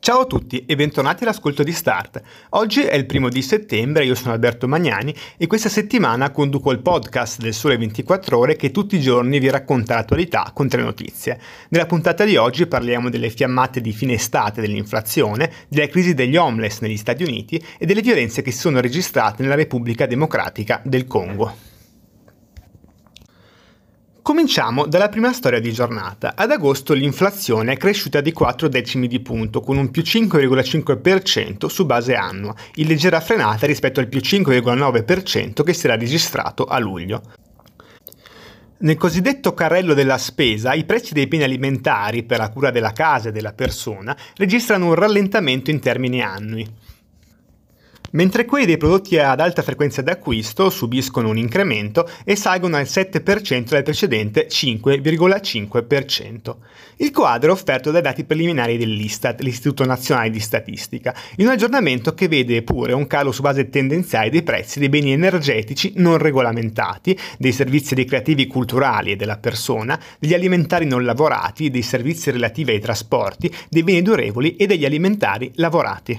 Ciao a tutti e bentornati all'ascolto di Start. Oggi è il 1 settembre, io sono Alberto Magnani e questa settimana conduco il podcast del Sole 24 Ore che tutti i giorni vi racconta l'attualità con 3 notizie. Nella puntata di oggi parliamo delle fiammate di fine estate dell'inflazione, della crisi degli homeless negli Stati Uniti e delle violenze che si sono registrate nella Repubblica Democratica del Congo. Cominciamo dalla prima storia di giornata. Ad agosto l'inflazione è cresciuta di 4 decimi di punto, con un più 5,5% su base annua, in leggera frenata rispetto al più 5,9% che si era registrato a luglio. Nel cosiddetto carrello della spesa, i prezzi dei beni alimentari per la cura della casa e della persona registrano un rallentamento in termini annui, mentre quelli dei prodotti ad alta frequenza d'acquisto subiscono un incremento e salgono al 7% dal precedente 5,5%. Il quadro è offerto dai dati preliminari dell'Istat, l'Istituto Nazionale di Statistica, in un aggiornamento che vede pure un calo su base tendenziale dei prezzi dei beni energetici non regolamentati, dei servizi ricreativi culturali e della persona, degli alimentari non lavorati, dei servizi relativi ai trasporti, dei beni durevoli e degli alimentari lavorati.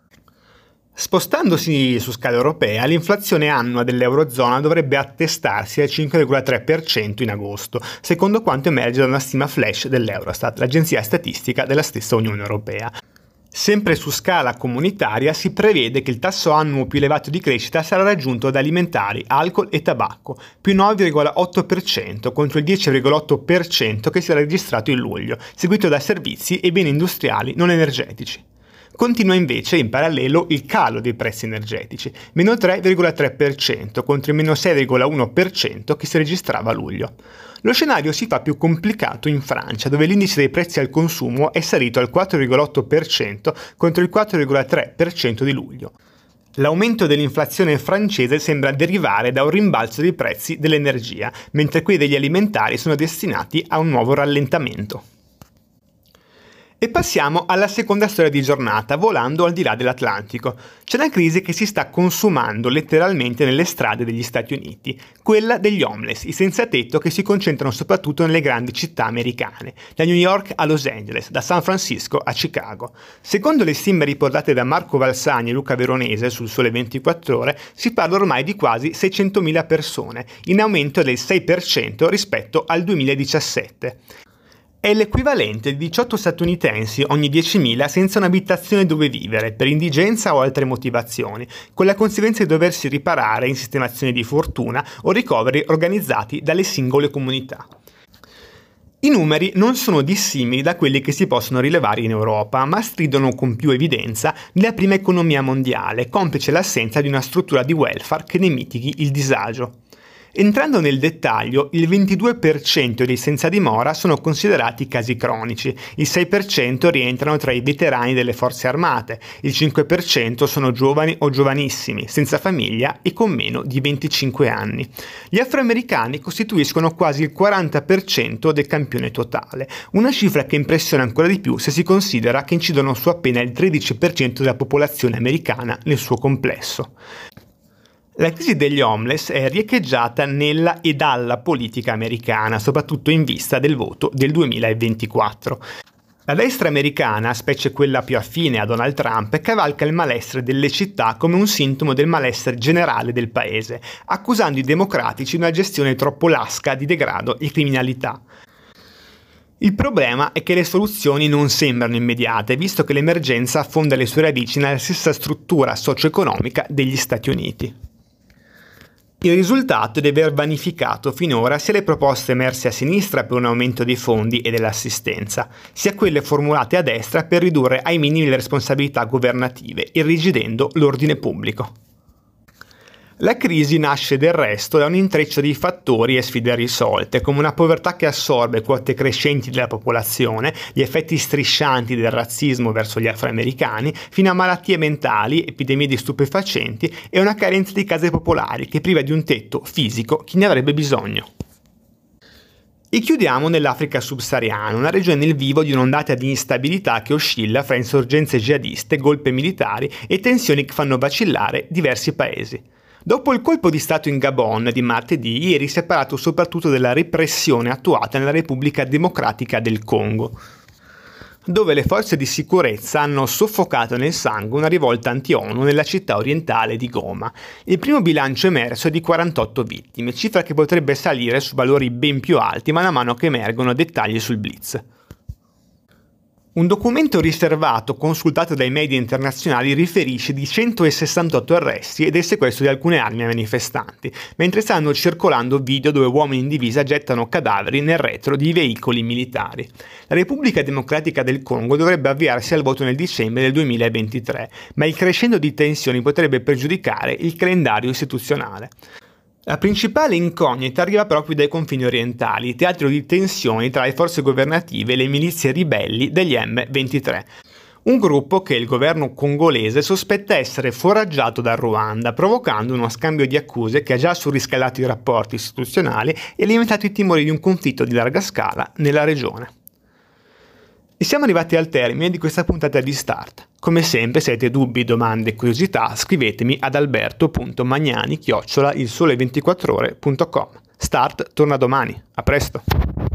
Spostandosi su scala europea, l'inflazione annua dell'Eurozona dovrebbe attestarsi al 5,3% in agosto, secondo quanto emerge da una stima flash dell'Eurostat, l'agenzia statistica della stessa Unione Europea. Sempre su scala comunitaria si prevede che il tasso annuo più elevato di crescita sarà raggiunto da alimentari, alcol e tabacco, più 9,8% contro il 10,8% che si era registrato in luglio, seguito da servizi e beni industriali non energetici. Continua invece in parallelo il calo dei prezzi energetici, meno 3,3% contro il meno 6,1% che si registrava a luglio. Lo scenario si fa più complicato in Francia, dove l'indice dei prezzi al consumo è salito al 4,8% contro il 4,3% di luglio. L'aumento dell'inflazione francese sembra derivare da un rimbalzo dei prezzi dell'energia, mentre quelli degli alimentari sono destinati a un nuovo rallentamento. E passiamo alla seconda storia di giornata, volando al di là dell'Atlantico. C'è una crisi che si sta consumando letteralmente nelle strade degli Stati Uniti, quella degli homeless, i senza tetto che si concentrano soprattutto nelle grandi città americane, da New York a Los Angeles, da San Francisco a Chicago. Secondo le stime riportate da Marco Valsani e Luca Veronese sul Sole 24 Ore, si parla ormai di quasi 600.000 persone, in aumento del 6% rispetto al 2017. È l'equivalente di 18 statunitensi ogni 10.000 senza un'abitazione dove vivere, per indigenza o altre motivazioni, con la conseguenza di doversi riparare in sistemazioni di fortuna o ricoveri organizzati dalle singole comunità. I numeri non sono dissimili da quelli che si possono rilevare in Europa, ma stridono con più evidenza nella prima economia mondiale, complice l'assenza di una struttura di welfare che ne mitighi il disagio. Entrando nel dettaglio, il 22% dei senza dimora sono considerati casi cronici, il 6% rientrano tra i veterani delle forze armate, il 5% sono giovani o giovanissimi, senza famiglia e con meno di 25 anni. Gli afroamericani costituiscono quasi il 40% del campione totale, una cifra che impressiona ancora di più se si considera che incidono su appena il 13% della popolazione americana nel suo complesso. La crisi degli homeless è riecheggiata nella e dalla politica americana, soprattutto in vista del voto del 2024. La destra americana, specie quella più affine a Donald Trump, cavalca il malessere delle città come un sintomo del malessere generale del paese, accusando i democratici di una gestione troppo lasca di degrado e criminalità. Il problema è che le soluzioni non sembrano immediate, visto che l'emergenza affonda le sue radici nella stessa struttura socio-economica degli Stati Uniti. Il risultato è di aver vanificato finora sia le proposte emerse a sinistra per un aumento dei fondi e dell'assistenza, sia quelle formulate a destra per ridurre ai minimi le responsabilità governative, irrigidendo l'ordine pubblico. La crisi nasce del resto da un intreccio di fattori e sfide irrisolte, come una povertà che assorbe quote crescenti della popolazione, gli effetti striscianti del razzismo verso gli afroamericani, fino a malattie mentali, epidemie di stupefacenti e una carenza di case popolari che priva di un tetto fisico chi ne avrebbe bisogno. E chiudiamo nell'Africa subsahariana, una regione nel vivo di un'ondata di instabilità che oscilla fra insorgenze jihadiste, golpe militari e tensioni che fanno vacillare diversi paesi. Dopo il colpo di Stato in Gabon di martedì, ieri si è parlato soprattutto della repressione attuata nella Repubblica Democratica del Congo. dove le forze di sicurezza hanno soffocato nel sangue una rivolta anti-ONU nella città orientale di Goma. Il primo bilancio emerso è di 48 vittime, cifra che potrebbe salire su valori ben più alti man mano che emergono dettagli sul blitz. Un documento riservato consultato dai media internazionali riferisce di 168 arresti e del sequestro di alcune armi ai manifestanti, mentre stanno circolando video dove uomini in divisa gettano cadaveri nel retro di veicoli militari. La Repubblica Democratica del Congo dovrebbe avviarsi al voto nel dicembre del 2023, ma il crescendo di tensioni potrebbe pregiudicare il calendario istituzionale. La principale incognita arriva proprio dai confini orientali, teatro di tensioni tra le forze governative e le milizie ribelli degli M23. Un gruppo che il governo congolese sospetta essere foraggiato dal Ruanda, provocando uno scambio di accuse che ha già surriscaldato i rapporti istituzionali e alimentato i timori di un conflitto di larga scala nella regione. E siamo arrivati al termine di questa puntata di Start. Come sempre, se avete dubbi, domande e curiosità, scrivetemi ad alberto.magnani@ilsole24ore.com. Start torna domani. A presto!